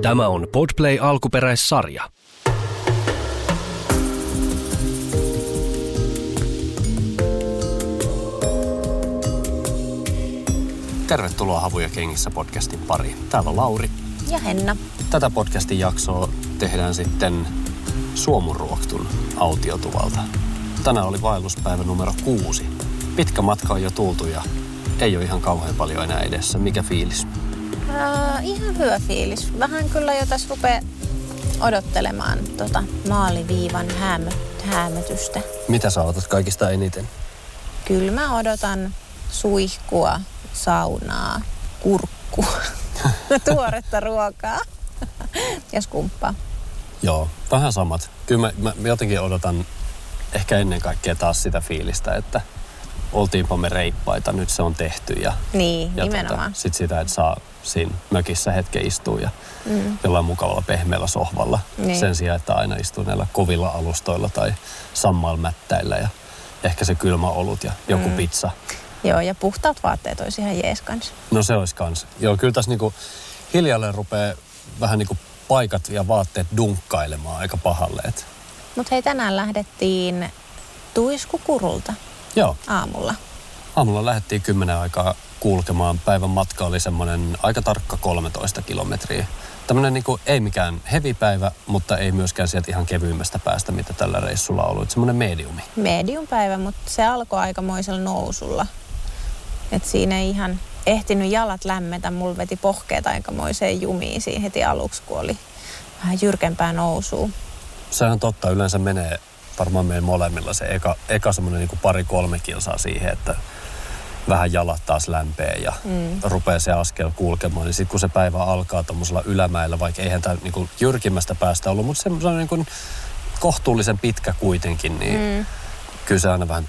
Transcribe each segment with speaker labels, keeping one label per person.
Speaker 1: Tämä on Podplay alkuperäissarja.
Speaker 2: Tervetuloa Havuja kengissä podcastin pariin. Täällä on Lauri.
Speaker 3: Ja Henna.
Speaker 2: Tätä podcastin jaksoa tehdään sitten Suomunruoktun autiotuvalta. Tänään oli vaelluspäivä numero 6. Pitkä matka on jo tultu ja ei ole ihan kauhean paljon enää edessä. Mikä fiilis?
Speaker 3: Ihan hyvä fiilis. Vähän kyllä jo tässä rupeaa odottelemaan maaliviivan häämötystä.
Speaker 2: Mitä sä odotat kaikista eniten?
Speaker 3: Kyllä mä odotan suihkua, saunaa, kurkkua, tuoretta ruokaa ja skumppaa.
Speaker 2: Joo, vähän samat. Kyllä mä jotenkin odotan ehkä ennen kaikkea taas sitä fiilistä, että oltiinpa me reippaita, nyt se on tehty. Ja
Speaker 3: nimenomaan.
Speaker 2: Sitten sitä, että saa siinä mökissä hetken istua ja jollain mukavalla pehmeällä sohvalla. Niin. Sen sijaan, että aina istuu näillä kovilla alustoilla tai sammalmättäillä ja ehkä se kylmä olut ja joku pizza.
Speaker 3: Joo, ja puhtaat vaatteet olisi ihan jees kanssa.
Speaker 2: No se olisi kans. Joo, kyllä tässä niinku hiljalleen rupeaa vähän niinku paikat ja vaatteet dunkkailemaan aika pahalle.
Speaker 3: Mutta hei, tänään lähdettiin Tuiskukurulta.
Speaker 2: Joo.
Speaker 3: Aamulla.
Speaker 2: Aamulla lähdettiin 10 aikaa kulkemaan. Päivän matka oli semmoinen aika tarkka 13 kilometriä. Tämmöinen niinku, ei mikään hevipäivä, mutta ei myöskään sieltä ihan kevyimmästä päästä, mitä tällä reissulla on ollut. Semmoinen mediumi.
Speaker 3: Medium-päivä, mutta se alkoi aikamoisella nousulla. Et siinä ei ihan ehtinyt jalat lämmetä. Mulla veti pohkeet aikamoiseen jumiin siinä heti aluksi, kun oli vähän jyrkempää nousua.
Speaker 2: Se on totta. Yleensä menee varmaan meidän molemmilla se eka semmoinen niinku 2-3 kilsaa siihen, että vähän jalat taas lämpee ja rupeaa se askel kulkemaan. Niin sitten kun se päivä alkaa tommosella ylämäellä, vaikka eihän tämä niinku jyrkimmästä päästä ollut, mutta semmoinen niinku kohtuullisen pitkä kuitenkin, niin kyllä se aina vähän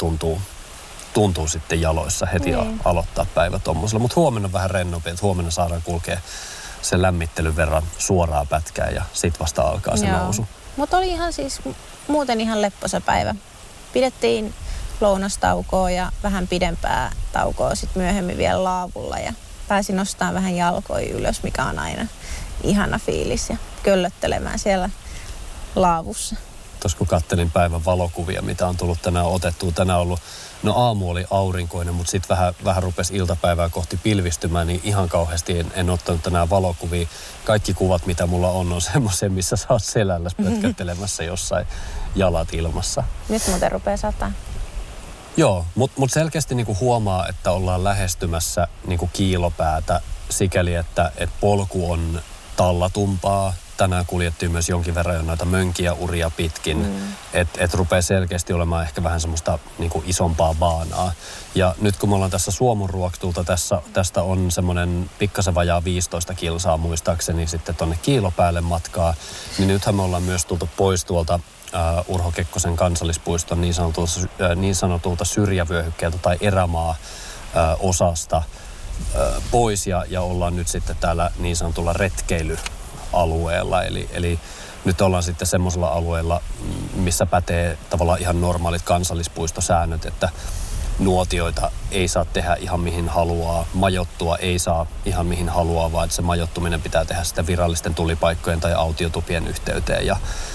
Speaker 2: tuntuu sitten jaloissa heti aloittaa päivä tommosella. Mutta huomenna on vähän rennompi, että huomenna saadaan kulkea sen lämmittelyn verran suoraa pätkää ja sit vasta alkaa se nousu.
Speaker 3: Mutta oli ihan siis muuten ihan lepposa päivä. Pidettiin lounastaukoa ja vähän pidempää taukoa sitten myöhemmin vielä laavulla ja pääsin nostamaan vähän jalkoja ylös, mikä on aina ihana fiilis ja köllöttelemään siellä laavussa.
Speaker 2: Tuossa kun kattelin päivän valokuvia, mitä on tullut tänään otettua. Tänään ollut, aamu oli aurinkoinen, mutta sitten vähän rupesi iltapäivää kohti pilvistymään, niin ihan kauheasti en ottanut tänään valokuvia. Kaikki kuvat, mitä mulla on semmoisia, missä sä oot selälläs pötkättelemässä jossain jalat ilmassa.
Speaker 3: Nyt muuten rupeaa sataa.
Speaker 2: Joo, mutta selkeästi niinku huomaa, että ollaan lähestymässä niinku kiilopäätä sikäli, että polku on tallatumpaa. Tänään kuljettiin myös jonkin verran jo noita mönkiä uria pitkin, että rupeaa selkeästi olemaan ehkä vähän semmoista niinku isompaa baanaa. Ja nyt kun me ollaan tässä Suomunruoktulta, tästä on semmoinen pikkasen vajaa 15 kilsaa muistaakseni sitten tonne kiilopäälle matkaa, niin nythän me ollaan myös tultu pois tuolta Urho Kekkosen kansallispuiston niin sanotulta syrjävyöhykkeeltä tai erämaa-osasta pois ja ollaan nyt sitten täällä niin sanotulla retkeilyalueella. Eli nyt ollaan sitten semmoisella alueella, missä pätee tavallaan ihan normaalit kansallispuistosäännöt, että nuotioita ei saa tehdä ihan mihin haluaa, majoittua ei saa ihan mihin haluaa, vaan että se majoittuminen pitää tehdä sitä virallisten tulipaikkojen tai autiotupien yhteyteen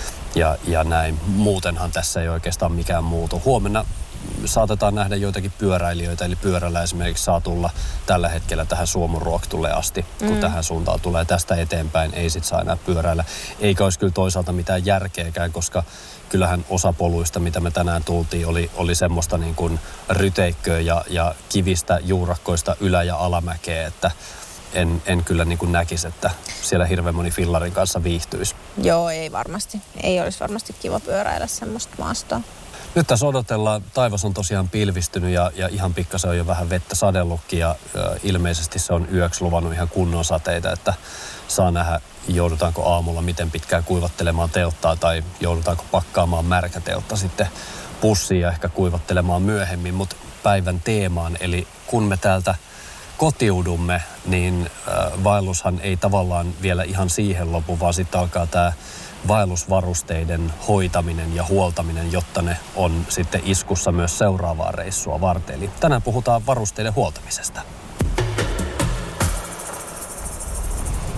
Speaker 2: ja näin. Muutenhan tässä ei oikeastaan mikään muutu. Huomenna saatetaan nähdä joitakin pyöräilijöitä, eli pyörällä esimerkiksi saa tulla tällä hetkellä tähän Suomunruoktulle asti, kun tähän suuntaan tulee. Tästä eteenpäin ei sit saa enää pyöräillä. Eikä olisi kyllä toisaalta mitään järkeäkään, koska kyllähän osa poluista, mitä me tänään tultiin, oli semmoista niin kuin ryteikköä ja kivistä juurakkoista ylä- ja alamäkeä, että en kyllä niin kuin näkisi, että siellä hirveän moni fillarin kanssa viihtyisi.
Speaker 3: Joo, ei varmasti. Ei olisi varmasti kiva pyöräillä semmoista maastoa.
Speaker 2: Nyt tässä odotellaan. Taivas on tosiaan pilvistynyt ja ihan pikkasen on jo vähän vettä sadellutkin ja ilmeisesti se on yöksi luvannut ihan kunnon sateita, että saa nähdä, joudutaanko aamulla miten pitkään kuivattelemaan telttaa tai joudutaanko pakkaamaan märkäteltta sitten pussiin ja ehkä kuivattelemaan myöhemmin, mutta päivän teemaan, eli kun me täältä kotiudumme, niin vaellushan ei tavallaan vielä ihan siihen lopu, vaan sitten alkaa tämä vaellusvarusteiden hoitaminen ja huoltaminen, jotta ne on sitten iskussa myös seuraavaa reissua varten. Eli tänään puhutaan varusteiden huoltamisesta.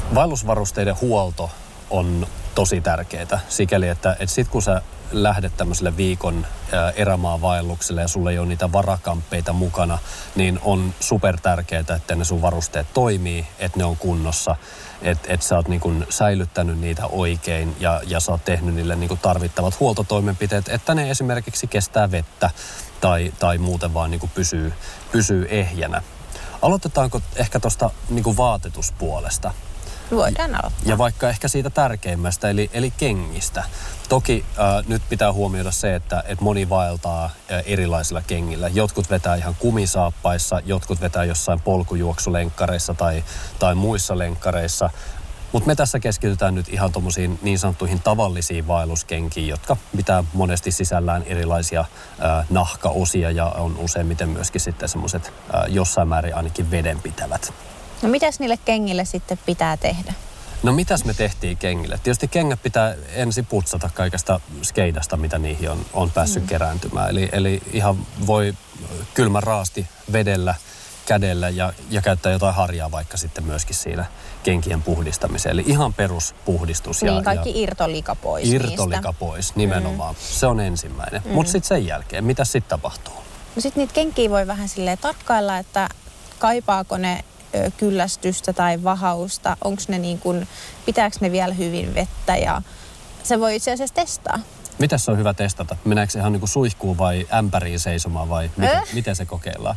Speaker 2: Vaellusvarusteiden huolto on tosi tärkeää sikäli, että sit kun sä lähdet tämmöiselle viikon erämaavaellukselle ja sulla ei ole niitä varakamppeita mukana, niin on super tärkeää, että ne sun varusteet toimii, että ne on kunnossa, että sä oot niin kun säilyttänyt niitä oikein ja sä oot tehnyt niille niin kun tarvittavat huoltotoimenpiteet, että ne esimerkiksi kestää vettä tai muuten vaan niin kun pysyy ehjänä. Aloitetaanko ehkä tuosta niin kun vaatetuspuolesta?
Speaker 3: Voidaan aloittaa.
Speaker 2: Ja vaikka ehkä siitä tärkeimmästä, eli kengistä. Toki nyt pitää huomioida se, että moni vaeltaa erilaisilla kengillä. Jotkut vetää ihan kumisaappaissa, jotkut vetää jossain polkujuoksulenkkareissa tai muissa lenkkareissa. Mutta me tässä keskitytään nyt ihan tommosiin niin sanottuihin tavallisiin vaelluskenkiin, jotka pitää monesti sisällään erilaisia nahkaosia ja on useimmiten myöskin sitten semmoiset jossain määrin ainakin vedenpitävät.
Speaker 3: No mitäs niille kengille sitten pitää tehdä?
Speaker 2: No mitäs me tehtiin kengille? Tietysti kengät pitää ensin putsata kaikesta skeidasta, mitä niihin on päässyt kerääntymään. Eli ihan voi kylmä raasti vedellä, kädellä ja käyttää jotain harjaa vaikka sitten myöskin siinä kenkien puhdistamiseen. Eli ihan peruspuhdistus.
Speaker 3: Niin, kaikki irtolika pois
Speaker 2: irtolika pois, nimenomaan. Se on ensimmäinen. Mutta sitten sen jälkeen, mitä sitten tapahtuu?
Speaker 3: No sitten niitä kenkiä voi vähän silleen tarkkailla, että kaipaako ne kyllästystä tai vahausta, onko ne niin kuin, pitääkö ne vielä hyvin vettä ja se voi itse asiassa testaa.
Speaker 2: Mitäs se on hyvä testata? Meneekö se ihan niin kuin suihkuun vai ämpäriin seisomaan vai miten se kokeillaan?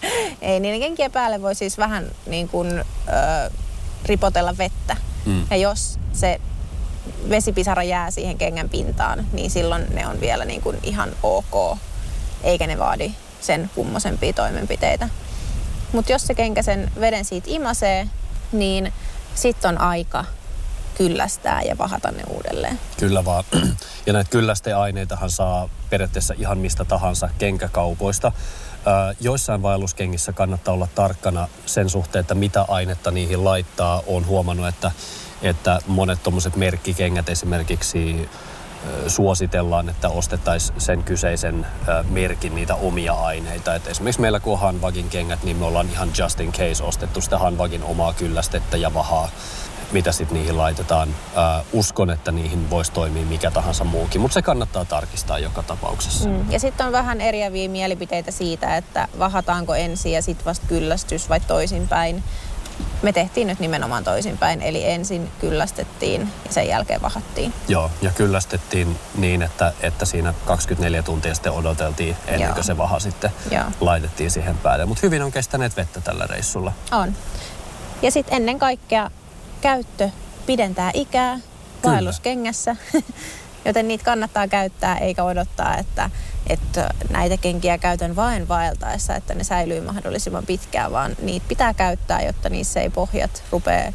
Speaker 3: Ei, niin kenkien päälle voi siis vähän niin kuin ripotella vettä. Ja jos se vesipisara jää siihen kengän pintaan, niin silloin ne on vielä niin kuin ihan ok, eikä ne vaadi sen kummosempia toimenpiteitä. Mutta jos se kenkä sen veden siitä imasee, niin sitten on aika kyllästää ja vahata ne uudelleen.
Speaker 2: Kyllä vaan. Ja näitä kyllästeaineitahan saa periaatteessa ihan mistä tahansa kenkäkaupoista. Joissain vaelluskengissä kannattaa olla tarkkana sen suhteen, että mitä ainetta niihin laittaa. Olen huomannut, että monet tommoset merkkikengät esimerkiksi suositellaan, että ostettaisiin sen kyseisen merkin niitä omia aineita. Et esimerkiksi meillä kun on Hanwagin kengät, niin me ollaan ihan just in case ostettu sitä Hanwagin omaa kyllästettä ja vahaa, mitä sitten niihin laitetaan. Uskon, että niihin voisi toimia mikä tahansa muukin, mutta se kannattaa tarkistaa joka tapauksessa.
Speaker 3: Ja sitten on vähän eriäviä mielipiteitä siitä, että vahataanko ensin ja sitten vasta kyllästys vai toisinpäin. Me tehtiin nyt nimenomaan toisinpäin, eli ensin kyllästettiin ja sen jälkeen vahattiin.
Speaker 2: Joo, ja kyllästettiin niin, että siinä 24 tuntia sitten odoteltiin ennen kuin se vaha sitten laitettiin siihen päälle. Mutta hyvin on kestäneet vettä tällä reissulla. On.
Speaker 3: Ja sitten ennen kaikkea käyttö pidentää ikää vaelluskengässä, joten niitä kannattaa käyttää eikä odottaa, että näitä kenkiä käytän vain vaeltaessa, että ne säilyy mahdollisimman pitkään, vaan niitä pitää käyttää, jotta niissä ei pohjat rupea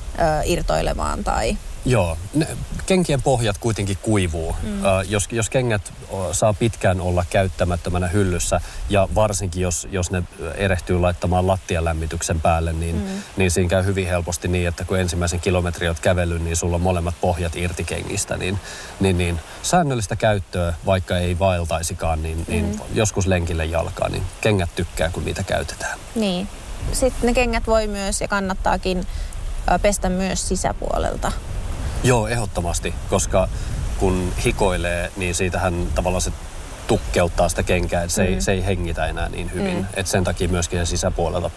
Speaker 3: irtoilemaan tai...
Speaker 2: Joo, kenkien pohjat kuitenkin kuivuu. Jos kengät saa pitkään olla käyttämättömänä hyllyssä ja varsinkin jos ne erehtyy laittamaan lattialämmityksen päälle, niin siinä käy hyvin helposti niin, että kun ensimmäisen kilometrin olet kävellyt, niin sulla on molemmat pohjat irti kengistä. Niin säännöllistä käyttöä, vaikka ei vaeltaisikaan, niin joskus lenkille jalkaa, niin kengät tykkää, kun niitä käytetään.
Speaker 3: Niin. Sitten ne kengät voi myös ja kannattaakin pestä myös sisäpuolelta.
Speaker 2: Joo, ehdottomasti, koska kun hikoilee, niin siitähän tavallaan se tukkeuttaa sitä kenkää, että se ei hengitä enää niin hyvin. Että sen takia myöskin sisäpuolelta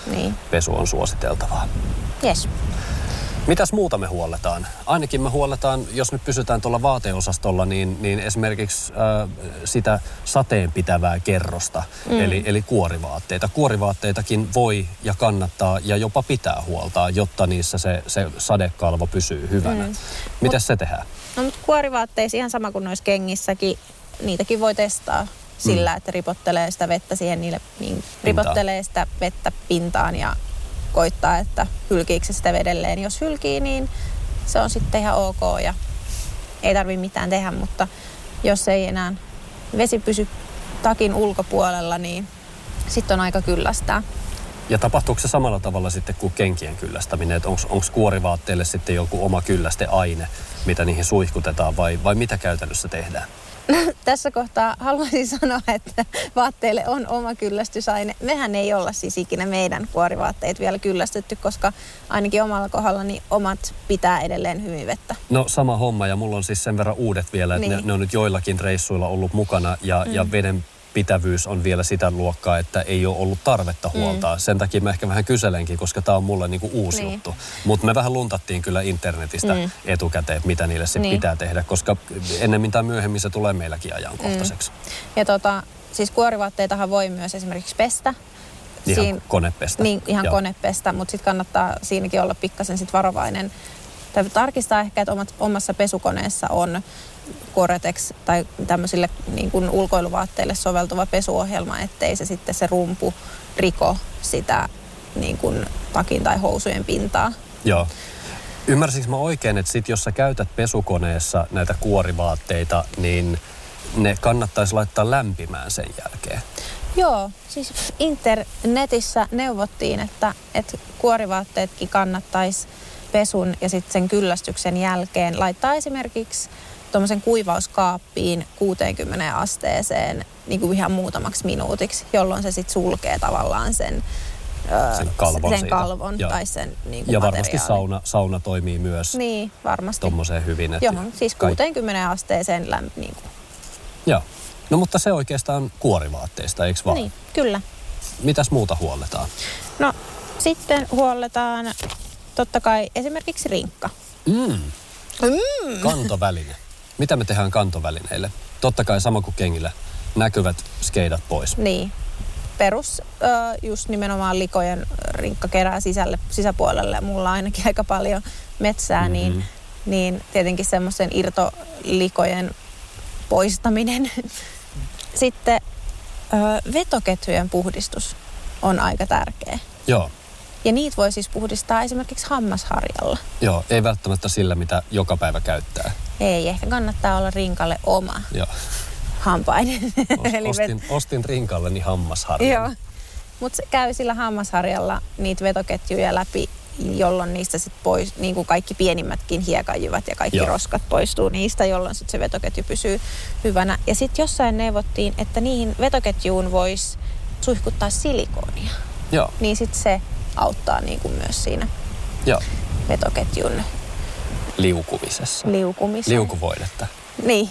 Speaker 2: pesu on suositeltavaa.
Speaker 3: Yes.
Speaker 2: Mitäs muuta me huolletaan? Ainakin me huolletaan, jos nyt pysytään tuolla vaateosastolla, niin esimerkiksi sitä sateenpitävää kerrosta, eli kuorivaatteita. Kuorivaatteitakin voi ja kannattaa ja jopa pitää huoltaa, jotta niissä se sadekalvo pysyy hyvänä. Mitäs se tehdään? No, mutta
Speaker 3: kuorivaatteissa ihan sama kuin noissa kengissäkin, niitäkin voi testaa sillä, että ripottelee sitä vettä siihen ripottelee sitä vettä pintaan ja koittaa, että hylkiikö se sitä vedelleen. Jos hylkii, niin se on sitten ihan ok ja ei tarvitse mitään tehdä, mutta jos ei enää vesi pysy takin ulkopuolella, niin sitten on aika kyllästää.
Speaker 2: Ja tapahtuuko se samalla tavalla sitten kuin kenkien kyllästäminen? Onko kuorivaatteille sitten joku oma kyllästeaine, mitä niihin suihkutetaan vai mitä käytännössä tehdään?
Speaker 3: Tässä kohtaa haluaisin sanoa, että vaatteille on oma kyllästysaine. Mehän ei olla siis ikinä meidän kuorivaatteet vielä kyllästetty, koska ainakin omalla kohdalla niin omat pitää edelleen hyvin vettä.
Speaker 2: No sama homma, ja mulla on siis sen verran uudet vielä, että ne on nyt joillakin reissuilla ollut mukana, ja veden pitävyys on vielä sitä luokkaa, että ei ole ollut tarvetta huoltaa. Sen takia mä ehkä vähän kyselenkin, koska tää on mulle niinku uusi juttu. Mutta me vähän luntattiin kyllä internetistä etukäteen, että mitä niille sitten pitää tehdä, koska ennemmin tai myöhemmin se tulee meilläkin ajankohtaiseksi.
Speaker 3: Ja siis kuorivaatteitahan voi myös esimerkiksi pestä.
Speaker 2: Ihan konepestä.
Speaker 3: Niin, ihan konepestä, mutta sitten kannattaa siinäkin olla pikkasen sit varovainen. Tai tarkistaa ehkä, että omassa pesukoneessa on Gore-Tex tai tämmöisille niin kuin ulkoiluvaatteille soveltuva pesuohjelma, ettei se rumpu riko sitä niin kuin takin tai housujen pintaa.
Speaker 2: Joo. Ymmärsinkö mä oikein, että sit jos sä käytät pesukoneessa näitä kuorivaatteita, niin ne kannattaisi laittaa lämpimään sen jälkeen?
Speaker 3: Joo, siis internetissä neuvottiin, että kuorivaatteetkin kannattaisi pesun ja sitten sen kyllästyksen jälkeen laittaa esimerkiksi tuommoisen kuivauskaappiin 60 asteeseen niin kuin ihan muutamaksi minuutiksi, jolloin se sitten sulkee tavallaan sen kalvon tai sen niin kuin
Speaker 2: ja varmasti sauna toimii myös.
Speaker 3: Niin, varmasti.
Speaker 2: Tommoseen hyvin. Että
Speaker 3: johon siis 60 asteeseen niin kuin.
Speaker 2: Joo. No mutta se oikeastaan kuorivaatteista, eikö vaan?
Speaker 3: Niin, kyllä.
Speaker 2: Mitäs muuta huolletaan?
Speaker 3: No sitten huolletaan totta kai esimerkiksi rinkka.
Speaker 2: Kantoväline. Mitä me tehdään kantovälineille? Totta kai sama kuin kengillä. Näkyvät skeidat pois.
Speaker 3: Niin. Perus just nimenomaan likojen rinkka kerää sisäpuolelle. Mulla on ainakin aika paljon metsää, niin tietenkin semmoisen irtolikojen poistaminen. Sitten vetoketjujen puhdistus on aika tärkeä.
Speaker 2: Joo.
Speaker 3: Ja niitä voi siis puhdistaa esimerkiksi hammasharjalla.
Speaker 2: Joo, ei välttämättä sillä, mitä joka päivä käyttää.
Speaker 3: Ei, ehkä kannattaa olla rinkalle oma hampainen.
Speaker 2: Ostin rinkalleni hammasharjan.
Speaker 3: Joo, mutta käy sillä hammasharjalla niitä vetoketjuja läpi, jolloin niistä sitten pois, niin kuin kaikki pienimmätkin hiekanjyvät ja kaikki roskat poistuu niistä, jolloin sitten se vetoketju pysyy hyvänä. Ja sitten jossain neuvottiin, että niihin vetoketjuun voisi suihkuttaa silikoonia.
Speaker 2: Joo.
Speaker 3: Niin sitten se auttaa niin kuin myös siinä vetoketjun
Speaker 2: liukumisessa. Liukuvoidetta.
Speaker 3: Niin.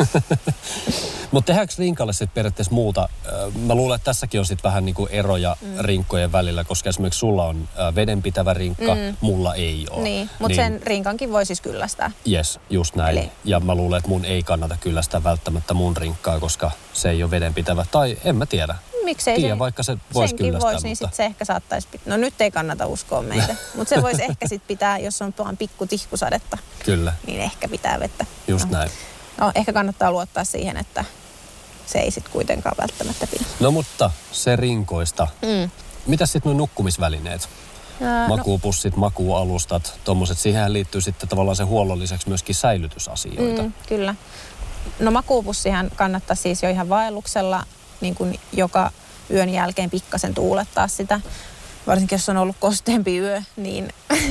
Speaker 2: Mutta tehdäänkö rinkalle sitten periaatteessa muuta? Mä luulen, että tässäkin on sitten vähän niinku eroja rinkkojen välillä, koska esimerkiksi sulla on vedenpitävä rinkka, mulla ei ole.
Speaker 3: Niin, mutta sen rinkankin voi siis kyllästää.
Speaker 2: Jes, just näin. Eli ja mä luulen, että mun ei kannata kyllästää välttämättä mun rinkkaa, koska se ei ole vedenpitävä. Tai en mä tiedä.
Speaker 3: Miksei
Speaker 2: tiedä, vaikka se voisi kyllästää.
Speaker 3: Senkin voisi, niin sitten se ehkä saattaisi pitää. No nyt ei kannata uskoa meitä, mutta se voisi ehkä sitten pitää, jos on vaan pikku tihkusadetta.
Speaker 2: Kyllä.
Speaker 3: Niin ehkä pitää vettä.
Speaker 2: Just näin.
Speaker 3: No ehkä kannattaa luottaa siihen, että se ei sitten kuitenkaan välttämättä pidä.
Speaker 2: No mutta se rinkoista. Mitäs sitten nuo nukkumisvälineet? Makuupussit, makuualustat, tommoset. Siihen liittyy sitten tavallaan se huollon lisäksi myöskin säilytysasioita.
Speaker 3: Kyllä. No makuupussihan kannattaa siis jo ihan vaelluksella niin kuin joka yön jälkeen pikkasen tuulettaa sitä. Varsinkin jos on ollut kosteempi yö, niin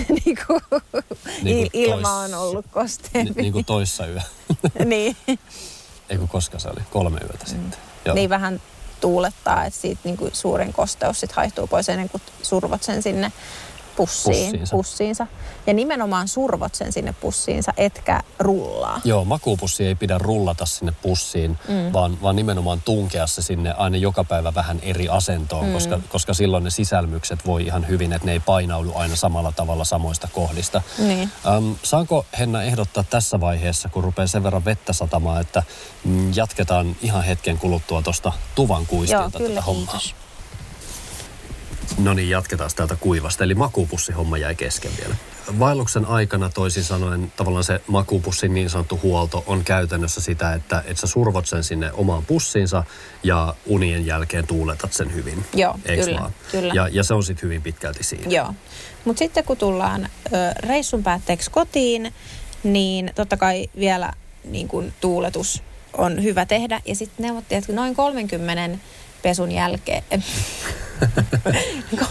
Speaker 3: ilma on ollut kosteempi.
Speaker 2: Niin kuin toissa yö.
Speaker 3: Niin.
Speaker 2: Eikö koska se oli 3 yötä sitten. Joo.
Speaker 3: Niin vähän tuulettaa, että siitä niin kuin suurin kosteus sit haihtuu pois ennen kuin survot sen sinne pussiinsa. Ja nimenomaan survot sen sinne pussiinsa, etkä rullaa.
Speaker 2: Joo, makuupussi ei pidä rullata sinne pussiin, vaan nimenomaan tunkea se sinne aina joka päivä vähän eri asentoon, koska silloin ne sisälmykset voi ihan hyvin, että ne ei painaudu aina samalla tavalla samoista kohdista.
Speaker 3: Niin.
Speaker 2: Saanko Henna ehdottaa tässä vaiheessa, kun rupeaa sen verran vettä satamaan, että jatketaan ihan hetken kuluttua tuosta tuvan kuistilta tätä hommaa? Kiitos. No niin, jatketaan täältä kuivasta. Eli makuupussihomma jäi kesken vielä. Vaelluksen aikana toisin sanoen tavallaan se makuupussin niin sanottu huolto on käytännössä sitä, että sä survot sen sinne omaan pussiinsa ja unien jälkeen tuuletat sen hyvin.
Speaker 3: Joo, kyllä.
Speaker 2: Ja se on sitten hyvin pitkälti siinä.
Speaker 3: Joo. Mutta sitten kun tullaan reissun päätteeksi kotiin, niin totta kai vielä niin kun tuuletus on hyvä tehdä. Ja sitten neuvottiin, että noin 30 pesun jälkeen,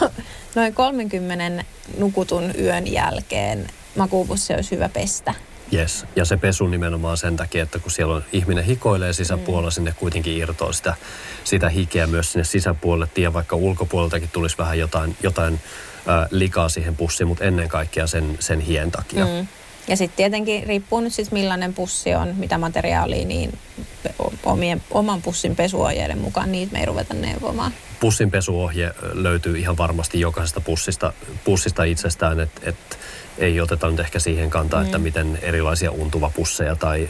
Speaker 3: noin 30 nukutun yön jälkeen makuupussi olisi hyvä pestä.
Speaker 2: Yes. Ja se pesu nimenomaan sen takia, että kun siellä on ihminen hikoilee sisäpuolella, sinne kuitenkin irtoaa sitä hikeä myös sinne sisäpuolelle. Ja vaikka ulkopuoleltakin tulisi vähän jotain likaa siihen pussiin, mutta ennen kaikkea sen hien takia.
Speaker 3: Ja sitten tietenkin riippuu nyt sitten millainen pussi on, mitä materiaalia, niin oman pussin pesuohjeiden mukaan niitä me ei ruveta neuvomaan.
Speaker 2: Pussin pesuohje löytyy ihan varmasti jokaisesta pussista itsestään, että ei oteta nyt ehkä siihen kantaa, että miten erilaisia untuvapusseja tai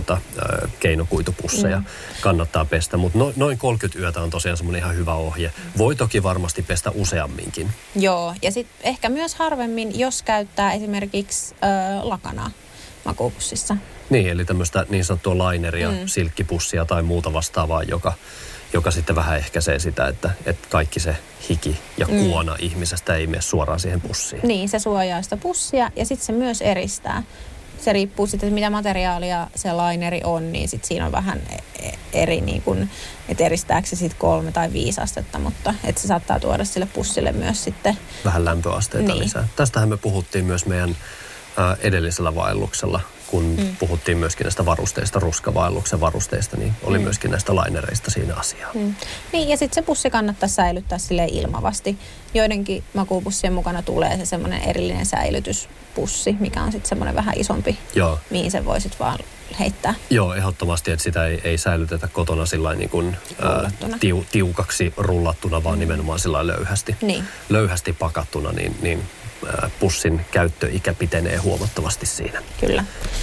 Speaker 2: keinokuitupusseja kannattaa pestä. Mutta noin 30 yötä on tosiaan semmoinen ihan hyvä ohje. Voi toki varmasti pestä useamminkin.
Speaker 3: Joo, ja sitten ehkä myös harvemmin, jos käyttää esimerkiksi lakanaa makuupussissa.
Speaker 2: Niin, eli tämmöistä niin sanottua laineria, silkkipussia tai muuta vastaavaa, joka sitten vähän ehkäisee sitä, että kaikki se hiki ja kuona ihmisestä ei mene suoraan siihen pussiin. Niin,
Speaker 3: se suojaa sitä pussia ja sitten se myös eristää. Se riippuu sitten, mitä materiaalia se laineri on, niin sitten siinä on vähän eri, niin kun, että eristääkö se sitten 3 tai 5 astetta, mutta että se saattaa tuoda sille pussille myös sitten vähän
Speaker 2: lämpöasteita lisää. Tästähän me puhuttiin myös meidän edellisellä vaelluksella, kun puhuttiin myöskin näistä varusteista, ruskavaelluksen varusteista, niin oli myöskin näistä lainereista siinä asiaa.
Speaker 3: Niin, ja sitten se pussi kannattaa säilyttää silleen ilmavasti. Joidenkin makuupussien mukana tulee se semmoinen erillinen säilytyspussi, mikä on sitten semmoinen vähän isompi, mihin sen voi sitten vaan heittää.
Speaker 2: Joo, ehdottomasti, että sitä ei säilytetä kotona sillain niin kuin tiukaksi rullattuna, vaan nimenomaan sillain löyhästi pakattuna, niin pussin käyttöikä pitenee huomattavasti siinä.
Speaker 3: Kyllä.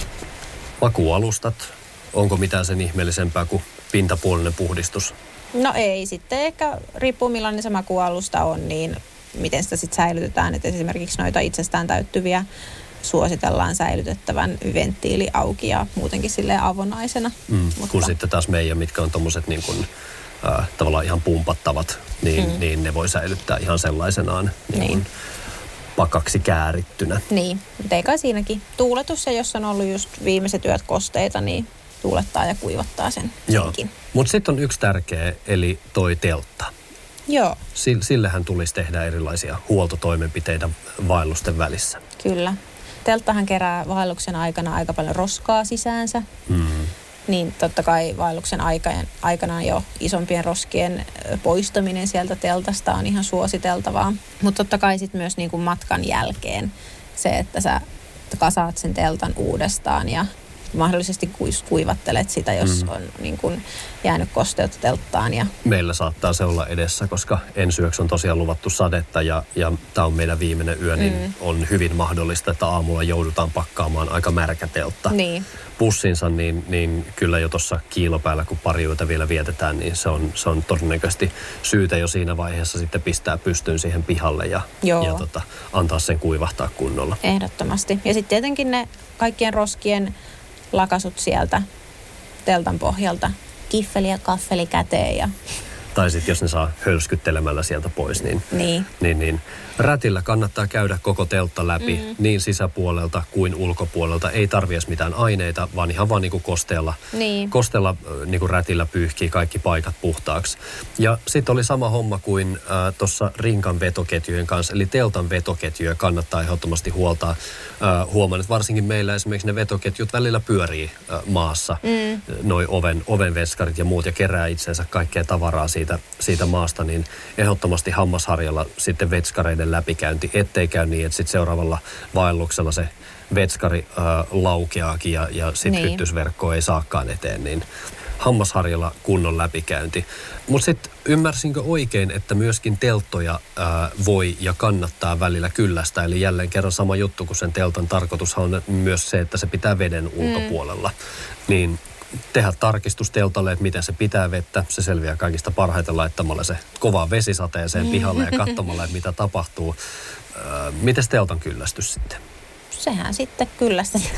Speaker 2: Makuualustat, onko mitään sen ihmeellisempää kuin pintapuolinen puhdistus?
Speaker 3: No ei, sitten ehkä riippuu millainen se makuualusta on, niin miten sitä sitten säilytetään. Et esimerkiksi noita itsestään täyttyviä suositellaan säilytettävän venttiili auki ja muutenkin silleen avonaisena.
Speaker 2: Kun sitten taas meidän, mitkä on tommoset niin kuin tavallaan ihan pumpattavat, niin ne voi säilyttää ihan sellaisenaan niin. Pakaksi käärittynä.
Speaker 3: Niin, mutta eikä siinäkin. Tuuletus, ja jos on ollut just viimeiset yöt kosteita, niin tuulettaa ja kuivattaa senkin.
Speaker 2: Mutta sitten on yksi tärkeä, eli toi teltta.
Speaker 3: Joo.
Speaker 2: Sillehän tulisi tehdä erilaisia huoltotoimenpiteitä vaellusten välissä.
Speaker 3: Kyllä. Telttahan kerää vaelluksen aikana aika paljon roskaa sisäänsä. Niin totta kai vaelluksen aikana jo isompien roskien poistaminen sieltä teltasta on ihan suositeltavaa. Mutta totta kai sitten myös niin kuin matkan jälkeen se, että sä kasaat sen teltan uudestaan ja mahdollisesti kuivattelet sitä, jos on niin kuin jäänyt kosteutta telttaan.
Speaker 2: Meillä saattaa se olla edessä, koska ensi yöksi on tosiaan luvattu sadetta ja tämä on meidän viimeinen yö, niin on hyvin mahdollista, että aamulla joudutaan pakkaamaan aika märkä teltta. Pussinsa, niin kyllä jo tuossa kiilopäällä, kun pari yötä vielä vietetään, niin se on todennäköisesti syytä jo siinä vaiheessa sitten pistää pystyyn siihen pihalle ja antaa sen kuivahtaa kunnolla.
Speaker 3: Ehdottomasti. Ja sitten tietenkin ne kaikkien roskien lakasut sieltä teltan pohjalta, kiffeli ja kaffeli käteen.
Speaker 2: Tai sitten jos ne saa hölskyttelemällä sieltä pois, niin rätillä kannattaa käydä koko teltta läpi niin sisäpuolelta kuin ulkopuolelta. Ei tarvitse edes mitään aineita, vaan ihan vaan niin kuin kosteella niin kuin rätillä pyyhkii kaikki paikat puhtaaksi. Ja sitten oli sama homma kuin tuossa rinkan vetoketjujen kanssa, eli teltan vetoketjuja kannattaa ehdottomasti huoltaa. Huomaan, että varsinkin meillä esimerkiksi ne vetoketjut välillä pyörii maassa, noi ovenveskarit ja muut, ja kerää itsensä kaikkea tavaraa siitä maasta, niin ehdottomasti hammasharjalla sitten vetskareiden läpikäynti, ettei käy niin, että sitten seuraavalla vaelluksella se vetskari laukeaakin ja sitten hyttysverkkoa ei saakaan eteen, niin hammasharjalla kunnon läpikäynti. Mutta sitten ymmärsinkö oikein, että myöskin telttoja voi ja kannattaa välillä kyllästä, eli jälleen kerran sama juttu, kun sen teltan tarkoitushan on myös se, että se pitää veden ulkopuolella, niin tehdä tarkistus teltalle, että miten se pitää vettä. Se selviää kaikista parhaiten laittamalla se kovaan vesisateeseen pihalle ja katsomalla, että mitä tapahtuu. Mites teltan kyllästys sitten?
Speaker 3: Sehän sitten kyllästetään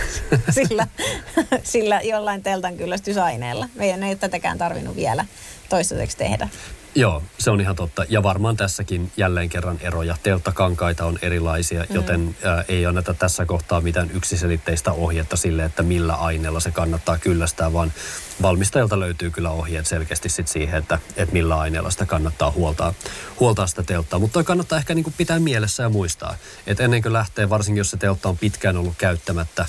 Speaker 3: sillä jollain teltan kyllästysaineella. Meidän ei ole tätäkään tarvinnut vielä toistaiseksi tehdä.
Speaker 2: Joo, se on ihan totta. Ja varmaan tässäkin jälleen kerran eroja. Telttakankaita on erilaisia, joten ei anneta tässä kohtaa mitään yksiselitteistä ohjetta sille, että millä aineella se kannattaa kyllästää, vaan valmistajalta löytyy kyllä ohjeet selkeästi sit siihen, että millä aineella sitä kannattaa huoltaa sitä telttaa. Mutta toi kannattaa ehkä niinku pitää mielessä ja muistaa, että ennen kuin lähtee, varsinkin jos se teltta on pitkään ollut käyttämättä,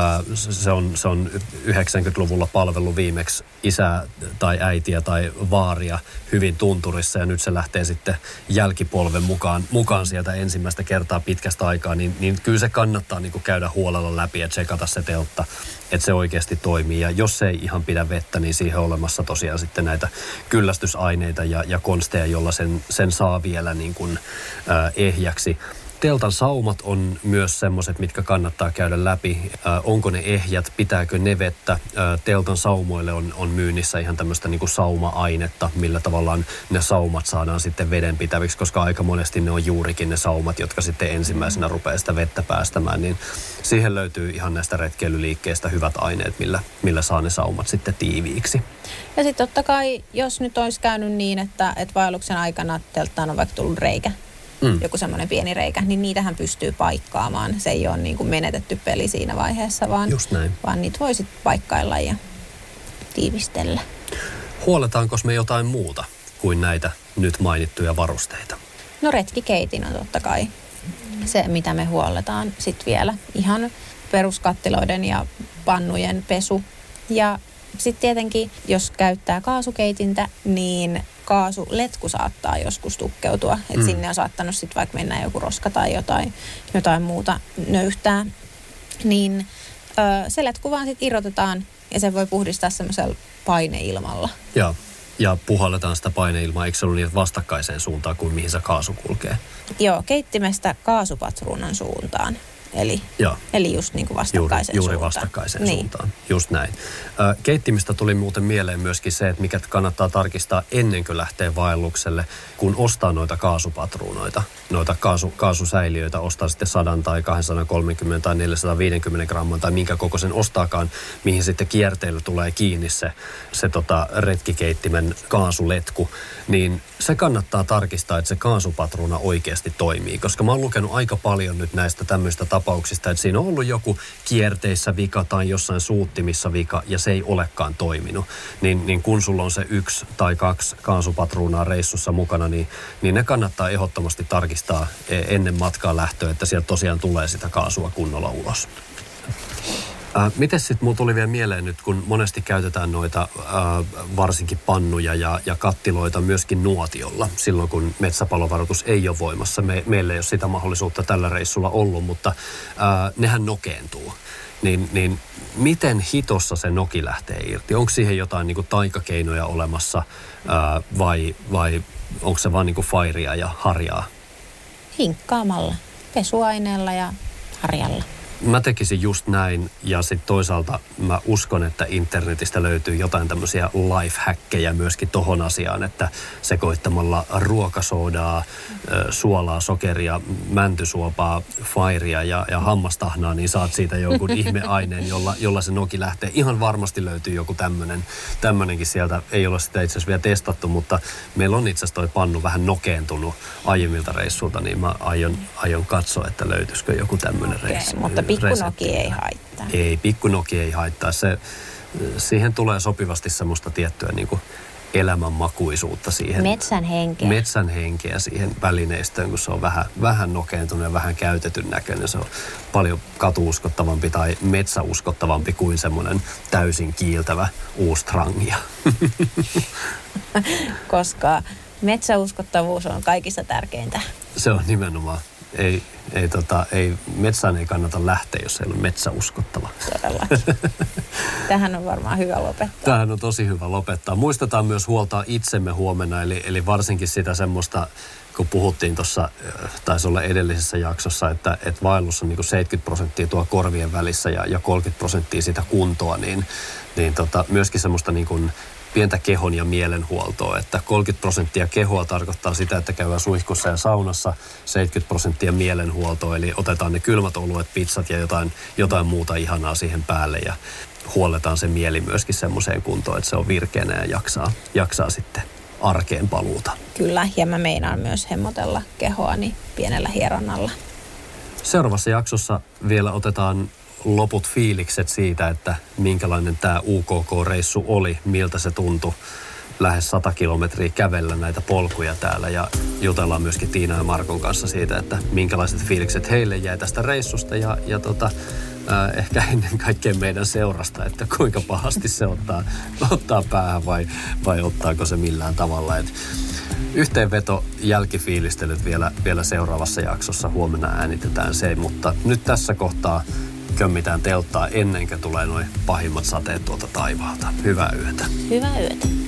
Speaker 2: se on 90-luvulla palvellut viimeksi isää tai äitiä tai vaaria hyvin tunturissa ja nyt se lähtee sitten jälkipolven mukaan sieltä ensimmäistä kertaa pitkästä aikaa, niin kyllä se kannattaa niinku käydä huolella läpi ja tsekata se teltta, että se oikeasti toimii. Ja jos se ei ihan pidä vettä, niin siihen on olemassa tosiaan sitten näitä kyllästysaineita ja konsteja, jolla sen saa vielä niin kuin ehjäksi. Teltan saumat on myös semmoiset, mitkä kannattaa käydä läpi. Onko ne ehjät, pitääkö ne vettä? Teltan saumoille on myynnissä ihan tämmöistä niin kuin sauma-ainetta, millä tavallaan ne saumat saadaan sitten vedenpitäviksi, koska aika monesti ne on juurikin ne saumat, jotka sitten ensimmäisenä rupeaa sitä vettä päästämään. Niin siihen löytyy ihan näistä retkeilyliikkeistä hyvät aineet, millä saa ne saumat sitten tiiviiksi.
Speaker 3: Ja sitten totta kai, jos nyt olisi käynyt niin, että vaelluksen aikana telttaan on vaikka tullut reikä, joku semmoinen pieni reikä, niin niitähän pystyy paikkaamaan. Se ei ole niin kuin menetetty peli siinä vaiheessa, vaan niitä voi sitten paikkailla ja tiivistellä.
Speaker 2: Huoletaanko me jotain muuta kuin näitä nyt mainittuja varusteita?
Speaker 3: No retkikeitin on totta kai se, mitä me huolletaan. Sitten vielä ihan peruskattiloiden ja pannujen pesu. Ja sitten tietenkin, jos käyttää kaasukeitintä, niin kaasuletku saattaa joskus tukkeutua. Että sinne on saattanut sitten vaikka mennä joku roska tai jotain muuta nöyhtää. Niin se letku vaan sitten irrotetaan ja se voi puhdistaa semmoisella paineilmalla.
Speaker 2: Ja puhalletaan sitä paineilmaa, eikö se ollut niin vastakkaiseen suuntaan kuin mihin se kaasu kulkee?
Speaker 3: Joo, keittimestä kaasupatruunan suuntaan. Eli just niin kuin vastakkaiseen
Speaker 2: juuri
Speaker 3: suuntaan.
Speaker 2: Vastakkaiseen suuntaan, just näin. Keittimistä tuli muuten mieleen myöskin se, että mikä kannattaa tarkistaa ennen kuin lähtee vaellukselle, kun ostaa noita kaasupatruunoita, noita kaasusäiliöitä, ostaa sitten 100 tai 230 tai 450 gramman tai minkä kokoisen ostaakaan, mihin sitten kierteillä tulee kiinni se retkikeittimen kaasuletku, niin se kannattaa tarkistaa, että se kaasupatruuna oikeasti toimii, koska mä oon lukenut aika paljon nyt näistä tämmöistä tapauksista, että siinä on ollut joku kierteissä vika tai jossain suuttimissa vika ja se ei olekaan toiminut. Niin kun sulla on se 1 tai 2 kaasupatruunaa reissussa mukana, niin ne kannattaa ehdottomasti tarkistaa ennen matkaa lähtöä, että sieltä tosiaan tulee sitä kaasua kunnolla ulos. Miten sitten mulla tuli vielä mieleen nyt, kun monesti käytetään noita varsinkin pannuja ja kattiloita myöskin nuotiolla, silloin kun metsäpalovaroitus ei ole voimassa. Meillä ei ole sitä mahdollisuutta tällä reissulla ollut, mutta nehän nokeentuu. Niin miten hitossa se noki lähtee irti? Onko siihen jotain niin kuin taikakeinoja olemassa vai onko se vaan niin kuin fairia ja harjaa?
Speaker 3: Hinkkaamalla, pesuaineella ja harjalla.
Speaker 2: Mä tekisin just näin ja sitten toisaalta mä uskon, että internetistä löytyy jotain tämmöisiä life-häkkejä myöskin tohon asiaan, että sekoittamalla ruokasoodaa, suolaa, sokeria, mäntysuopaa, fairia ja hammastahnaa, niin saat siitä jonkun ihmeaineen, jolla se noki lähtee. Ihan varmasti löytyy joku tämmönenkin sieltä. Ei ole sitä itse asiassa vielä testattu, mutta meillä on itse asiassa toi pannu vähän nokeentunut aiemmilta reissulta, niin mä aion katsoa, että löytyisikö joku tämmöinen reissu.
Speaker 3: Mutta pikkunoki ei haittaa.
Speaker 2: Ei, pikkunoki ei haittaa. Siihen tulee sopivasti semmoista tiettyä niin kuin elämänmakuisuutta siihen. Metsän henkeä siihen välineistöön, kun se on vähän nokeentunut ja vähän käytetyn näköinen. Se on paljon katuuskottavampi tai metsäuskottavampi kuin semmoinen täysin kiiltävä uusi trangia.
Speaker 3: Koska metsäuskottavuus on kaikista tärkeintä.
Speaker 2: Se on nimenomaan. Metsään ei kannata lähteä, jos ei ole metsäuskottava.
Speaker 3: Todellakin. Tähän on varmaan hyvä lopettaa.
Speaker 2: Tähän on tosi hyvä lopettaa. Muistetaan myös huoltaa itsemme huomenna, eli varsinkin sitä semmoista, kun puhuttiin tuossa, taisi olla edellisessä jaksossa, että vaellus on niin 70% tuo korvien välissä ja 30% sitä kuntoa, niin myöskin semmoista niin kuin pientä kehon ja mielenhuoltoa, että 30% kehoa tarkoittaa sitä, että käydään suihkussa ja saunassa, 70% mielenhuoltoa, eli otetaan ne kylmät oluet, pizzat ja jotain muuta ihanaa siihen päälle ja huolletaan se mieli myöskin semmoiseen kuntoon, että se on virkeänä ja jaksaa sitten arkeen paluuta.
Speaker 3: Kyllä, ja mä meinaan myös hemmotella kehoani pienellä hieronnalla.
Speaker 2: Seuraavassa jaksossa vielä otetaan loput fiilikset siitä, että minkälainen tämä UKK-reissu oli, miltä se tuntui lähes 100 kilometriä kävellä näitä polkuja täällä ja jutellaan myöskin Tiina ja Markon kanssa siitä, että minkälaiset fiilikset heille jäi tästä reissusta ja ehkä ennen kaikkea meidän seurasta, että kuinka pahasti se ottaa päähän vai ottaako se millään tavalla. Yhteenveto, jälkifiilistelyt vielä seuraavassa jaksossa. Huomenna äänitetään se, mutta nyt tässä kohtaa kömmitään telttaa ennen kuin tulee noin pahimmat sateet tuolta taivaalta. Hyvää yötä.
Speaker 3: Hyvää yötä.